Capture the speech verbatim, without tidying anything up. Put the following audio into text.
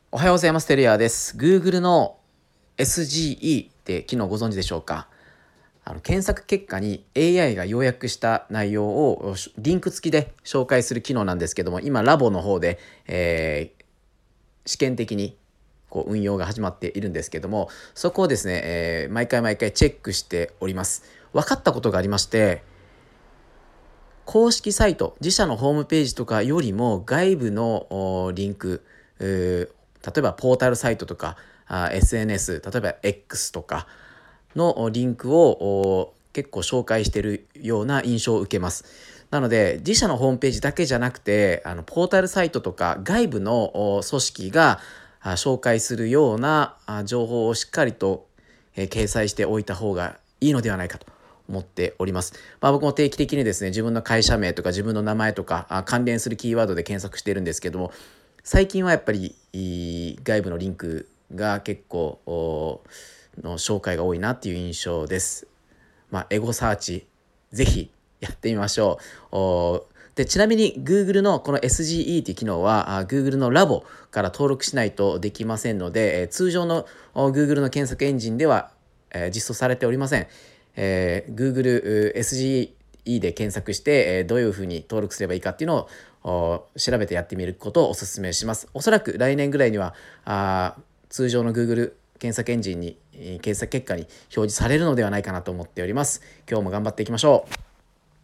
おはようございます。テリアです。Google の エスジーイー って機能ご存知でしょうか？あの検索結果に エーアイ が要約した内容をリンク付きで紹介する機能なんですけども、今ラボの方で、えー試験的にこう運用が始まっているんですけども、そこをですね、えー毎回毎回チェックしております。分かったことがありまして、公式サイト、自社のホームページとかよりも外部のリンク、例えばポータルサイトとか エスエヌエス、例えば X とかのリンクを結構紹介しているような印象を受けます。なので自社のホームページだけじゃなくて、あのポータルサイトとか外部の組織が紹介するような情報をしっかりと掲載しておいた方がいいのではないかと思っております。まあ、僕も定期的にですね、自分の会社名とか自分の名前とかあ関連するキーワードで検索しているんですけども、最近はやっぱり外部のリンクが結構の紹介が多いなっていう印象です。まあ、エゴサーチぜひやってみましょう。でちなみに Google のこの エスジーイー という機能は Google のラボから登録しないとできませんので、通常の Google の検索エンジンでは実装されておりません。えー、Google エスジーイー で検索して、えー、どういうふうに登録すればいいかっていうのを調べてやってみることをお勧めします。おそらく来年ぐらいにはあ通常の Google 検索エンジンに検索結果に表示されるのではないかなと思っております。今日も頑張っていきましょう。